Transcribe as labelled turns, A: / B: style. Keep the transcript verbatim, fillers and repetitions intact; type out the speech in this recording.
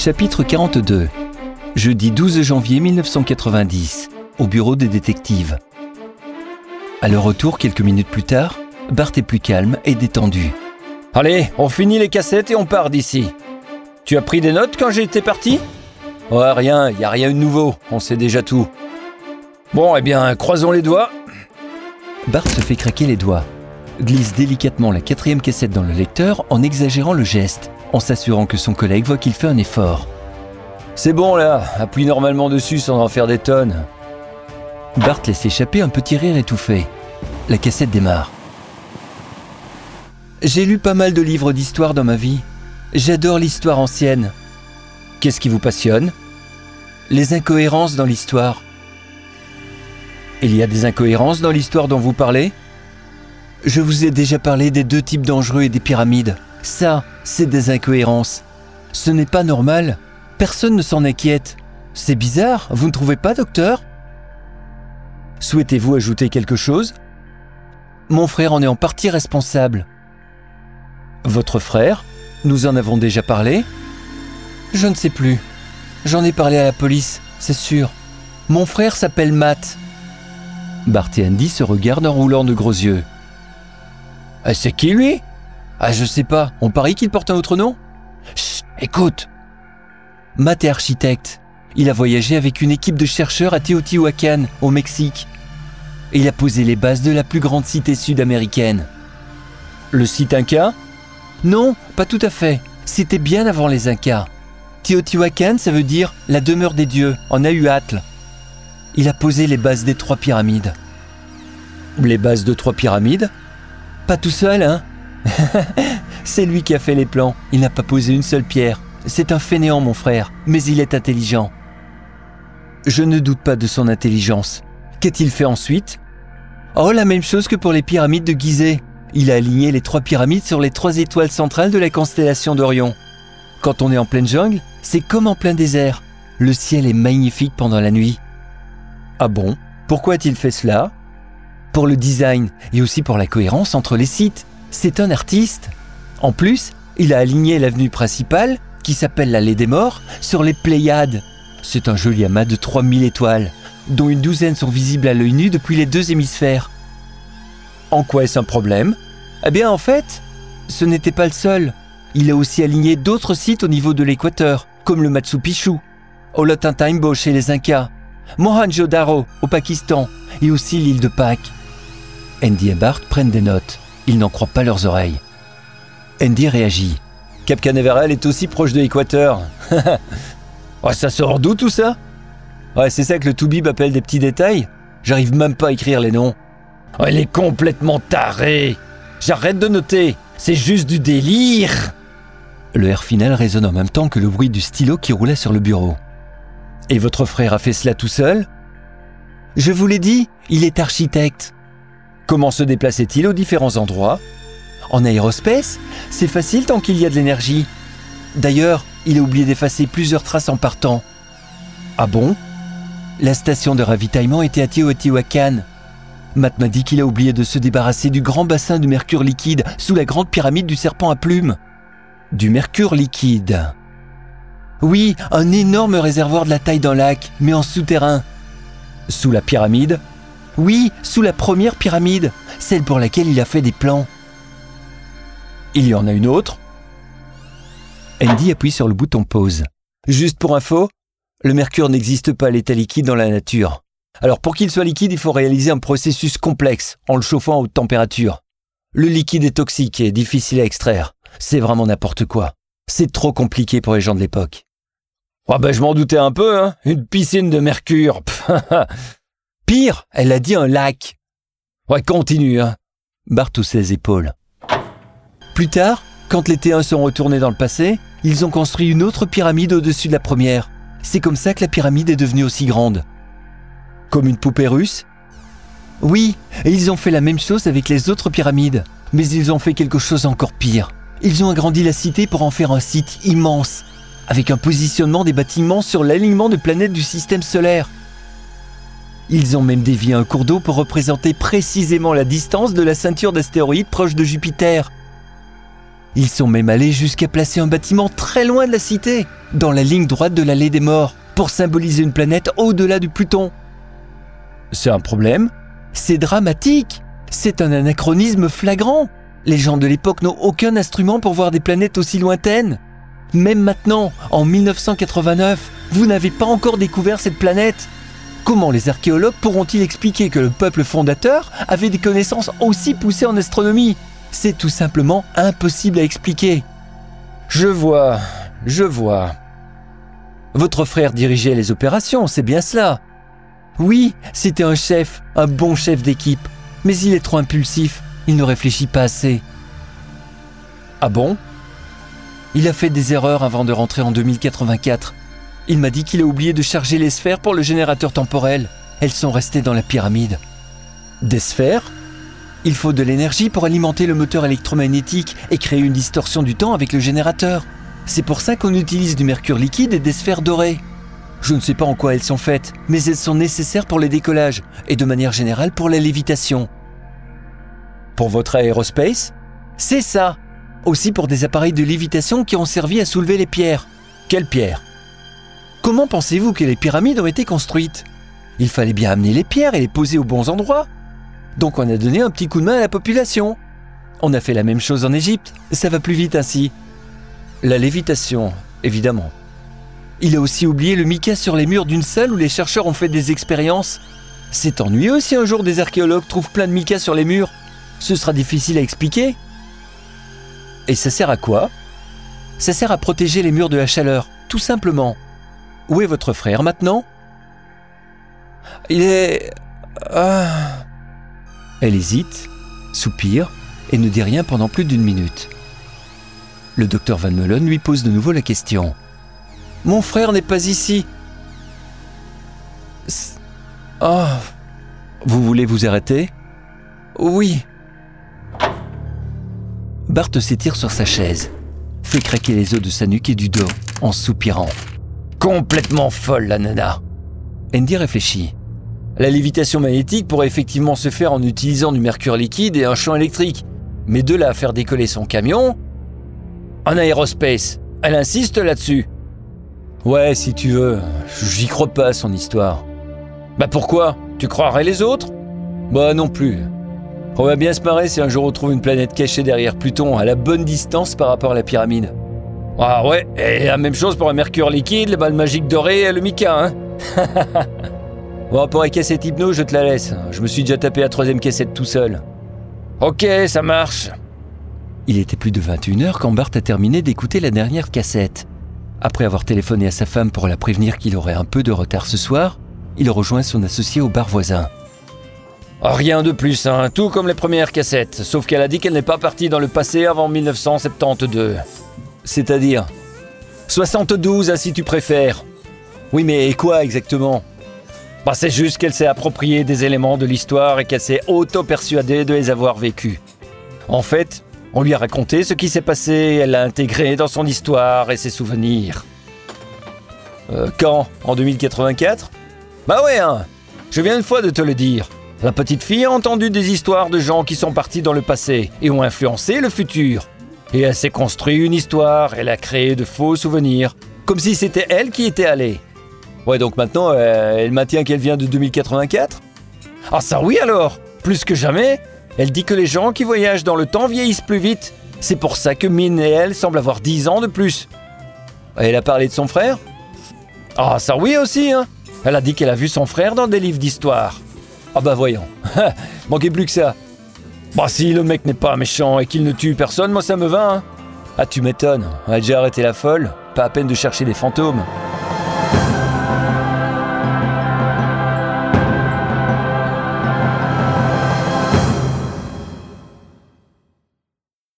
A: Chapitre quarante-deux. Jeudi douze janvier mille neuf cent quatre-vingt-dix, au bureau des détectives. À leur retour, quelques minutes plus tard, Bart est plus calme et détendu.
B: « Allez, on finit les cassettes et on part d'ici. Tu as pris des notes quand j'étais parti ? » ?»« Ouais, rien, y a rien de nouveau, on sait déjà tout. » »« Bon, eh bien, croisons les doigts. »
A: Bart se fait craquer les doigts, glisse délicatement la quatrième cassette dans le lecteur en exagérant le geste, en s'assurant que son collègue voit qu'il fait un effort.
B: « C'est bon là, appuie normalement dessus sans en faire des tonnes. »
A: Bart laisse échapper un petit rire étouffé. La cassette démarre. « J'ai lu pas mal de livres d'histoire dans ma vie. J'adore l'histoire ancienne. » »«
B: Qu'est-ce qui vous passionne ? » ?»«
A: Les incohérences dans l'histoire. » »«
B: Il y a des incohérences dans l'histoire dont vous parlez ? » ?»«
A: Je vous ai déjà parlé des deux types dangereux et des pyramides. Ça, c'est des incohérences. Ce n'est pas normal. Personne ne s'en inquiète. C'est bizarre, vous ne trouvez pas, docteur ?
B: Souhaitez-vous ajouter quelque chose ?
A: Mon frère en est en partie responsable.
B: Votre frère ? Nous en avons déjà parlé ?
A: Je ne sais plus. J'en ai parlé à la police, c'est sûr. Mon frère s'appelle Matt. Bart et Andy se regardent en roulant de gros yeux.
B: Ah, c'est qui lui ?
A: Ah, je sais pas, on parie qu'il porte un autre nom ?
B: Chut, écoute.
A: Matt est architecte. Il a voyagé avec une équipe de chercheurs à Teotihuacan, au Mexique. Et il a posé les bases de la plus grande cité sud-américaine.
B: Le site Inca ?
A: Non, pas tout à fait. C'était bien avant les Incas. Teotihuacan, ça veut dire « la demeure des dieux » en nahuatl. Il a posé les bases des trois pyramides.
B: Les bases de trois pyramides ?
A: Pas tout seul, hein ? C'est lui qui a fait les plans. Il n'a pas posé une seule pierre. C'est un fainéant, mon frère, mais il est intelligent. Je ne doute pas de son intelligence. Qu'a-t-il fait ensuite ? Oh, la même chose que pour les pyramides de Gizeh. Il a aligné les trois pyramides sur les trois étoiles centrales de la constellation d'Orion. Quand on est en pleine jungle, c'est comme en plein désert. Le ciel est magnifique pendant la nuit.
B: Ah bon ? Pourquoi a-t-il fait cela ?
A: Pour le design et aussi pour la cohérence entre les sites. C'est un artiste. En plus, il a aligné l'avenue principale, qui s'appelle l'allée des morts, sur les Pléiades. C'est un joli amas de trois mille étoiles, dont une douzaine sont visibles à l'œil nu depuis les deux hémisphères.
B: En quoi est-ce un problème ?
A: Eh bien, en fait, ce n'était pas le seul. Il a aussi aligné d'autres sites au niveau de l'équateur, comme le Machu Picchu, Ollantaytambo chez les Incas, Mohenjo-Daro au Pakistan et aussi l'île de Pâques. Andy et Bart prennent des notes. Ils n'en croient pas leurs oreilles. Andy réagit.
B: Cap Canaveral est aussi proche de l'équateur. Oh, ça sort d'où tout ça ?
A: Ouais, c'est ça que le Toubib appelle des petits détails. J'arrive même pas à écrire les noms.
B: Oh, elle est complètement tarée. J'arrête de noter. C'est juste du délire.
A: Le R final résonne en même temps que le bruit du stylo qui roulait sur le bureau. Et votre frère a fait cela tout seul ? Je vous l'ai dit, il est architecte.
B: Comment se déplaçait-il aux différents endroits ?
A: En aérospace, c'est facile tant qu'il y a de l'énergie. D'ailleurs, il a oublié d'effacer plusieurs traces en partant.
B: Ah bon ?
A: La station de ravitaillement était à Teotihuacan. Matt m'a dit qu'il a oublié de se débarrasser du grand bassin de mercure liquide sous la grande pyramide du serpent à plumes. Du mercure liquide. Oui, un énorme réservoir de la taille d'un lac, mais en souterrain.
B: Sous la pyramide ?
A: Oui, sous la première pyramide, celle pour laquelle il a fait des plans.
B: Il y en a une autre ?
A: Andy appuie sur le bouton pause.
B: Juste pour info, le mercure n'existe pas à l'état liquide dans la nature. Alors pour qu'il soit liquide, il faut réaliser un processus complexe en le chauffant à haute température. Le liquide est toxique et difficile à extraire. C'est vraiment n'importe quoi. C'est trop compliqué pour les gens de l'époque. Ah ben je m'en doutais un peu, hein. Une piscine de mercure.
A: Pire, elle a dit un lac.
B: Ouais, continue, hein.
A: Bart hausse les épaules. Plus tard, quand les T un sont retournés dans le passé, ils ont construit une autre pyramide au-dessus de la première. C'est comme ça que la pyramide est devenue aussi grande.
B: Comme une poupée russe ?
A: Oui, et ils ont fait la même chose avec les autres pyramides. Mais ils ont fait quelque chose encore pire. Ils ont agrandi la cité pour en faire un site immense, avec un positionnement des bâtiments sur l'alignement de planètes du système solaire. Ils ont même dévié un cours d'eau pour représenter précisément la distance de la ceinture d'astéroïdes proche de Jupiter. Ils sont même allés jusqu'à placer un bâtiment très loin de la cité, dans la ligne droite de l'allée des morts, pour symboliser une planète au-delà du Pluton. C'est un problème ? C'est dramatique. C'est un anachronisme flagrant. Les gens de l'époque n'ont aucun instrument pour voir des planètes aussi lointaines. Même maintenant, en mille neuf cent quatre-vingt-neuf, vous n'avez pas encore découvert cette planète. Comment les archéologues pourront-ils expliquer que le peuple fondateur avait des connaissances aussi poussées en astronomie ? C'est tout simplement impossible à expliquer. Je vois, je vois. Votre frère dirigeait les opérations, c'est bien cela. Oui, c'était un chef, un bon chef d'équipe, mais il est trop impulsif, il ne réfléchit pas assez. Ah bon ? Il a fait des erreurs avant de rentrer en deux mille quatre-vingt-quatre. Il m'a dit qu'il a oublié de charger les sphères pour le générateur temporel. Elles sont restées dans la pyramide. Des sphères ? Il faut de l'énergie pour alimenter le moteur électromagnétique et créer une distorsion du temps avec le générateur. C'est pour ça qu'on utilise du mercure liquide et des sphères dorées. Je ne sais pas en quoi elles sont faites, mais elles sont nécessaires pour le décollage et de manière générale pour la lévitation. Pour votre aérospace ? C'est ça. Aussi pour des appareils de lévitation qui ont servi à soulever les pierres. Quelles pierres ? Comment pensez-vous que les pyramides ont été construites ? Il fallait bien amener les pierres et les poser aux bons endroits. Donc on a donné un petit coup de main à la population. On a fait la même chose en Égypte, ça va plus vite ainsi. La lévitation, évidemment. Il a aussi oublié le mica sur les murs d'une salle où les chercheurs ont fait des expériences. C'est ennuyeux si un jour des archéologues trouvent plein de mica sur les murs. Ce sera difficile à expliquer. Et ça sert à quoi ? Ça sert à protéger les murs de la chaleur, tout simplement. Où est votre frère maintenant ? Il est... Ah... Elle hésite, soupire et ne dit rien pendant plus d'une minute. Le docteur Van Meulen lui pose de nouveau la question. « Mon frère n'est pas ici. »« Oh... Vous voulez vous arrêter ? » ?»« Oui. » Bart s'étire sur sa chaise, fait craquer les os de sa nuque et du dos en soupirant. « Complètement folle, la nana !» Andy réfléchit. La lévitation magnétique pourrait effectivement se faire en utilisant du mercure liquide et un champ électrique. Mais de là à faire décoller son camion... En aérospace, elle insiste là-dessus. Ouais, si tu veux, j'y crois pas à son histoire. Bah pourquoi ? Tu croirais les autres ? Bah non plus. On va bien se marrer si un jour on trouve une planète cachée derrière Pluton à la bonne distance par rapport à la pyramide. Ah ouais, et la même chose pour un mercure liquide, le bal magique doré et le mica, hein. Bon, pour les cassettes hypno, je te la laisse. Je me suis déjà tapé la troisième cassette tout seul. Ok, ça marche. Il était plus de vingt et une heures quand Bart a terminé d'écouter la dernière cassette. Après avoir téléphoné à sa femme pour la prévenir qu'il aurait un peu de retard ce soir, il rejoint son associé au bar voisin. Oh, rien de plus, hein, tout comme les premières cassettes, sauf qu'elle a dit qu'elle n'est pas partie dans le passé avant dix-neuf cent soixante-douze. C'est-à-dire ? soixante-douze, hein, si tu préfères. Oui, mais quoi exactement ? Bah, c'est juste qu'elle s'est appropriée des éléments de l'histoire et qu'elle s'est auto-persuadée de les avoir vécus. En fait, on lui a raconté ce qui s'est passé et elle l'a intégré dans son histoire et ses souvenirs. Euh, quand ? En deux mille quatre-vingt-quatre ? Bah ouais, hein, je viens une fois de te le dire. La petite fille a entendu des histoires de gens qui sont partis dans le passé et ont influencé le futur. Et elle s'est construit une histoire, elle a créé de faux souvenirs, comme si c'était elle qui était allée. Ouais, donc maintenant, euh, elle maintient qu'elle vient de deux mille quatre-vingt-quatre ? Ah ça oui alors, plus que jamais. Elle dit que les gens qui voyagent dans le temps vieillissent plus vite. C'est pour ça que Min et elle semblent avoir dix ans de plus. Elle a parlé de son frère ? Ah ça oui aussi, hein. Elle a dit qu'elle a vu son frère dans des livres d'histoire. Ah bah voyons, manquait plus que ça. Bah si le mec n'est pas méchant et qu'il ne tue personne, moi ça me va, hein. Ah tu m'étonnes, elle a déjà arrêté la folle, pas à peine de chercher des fantômes.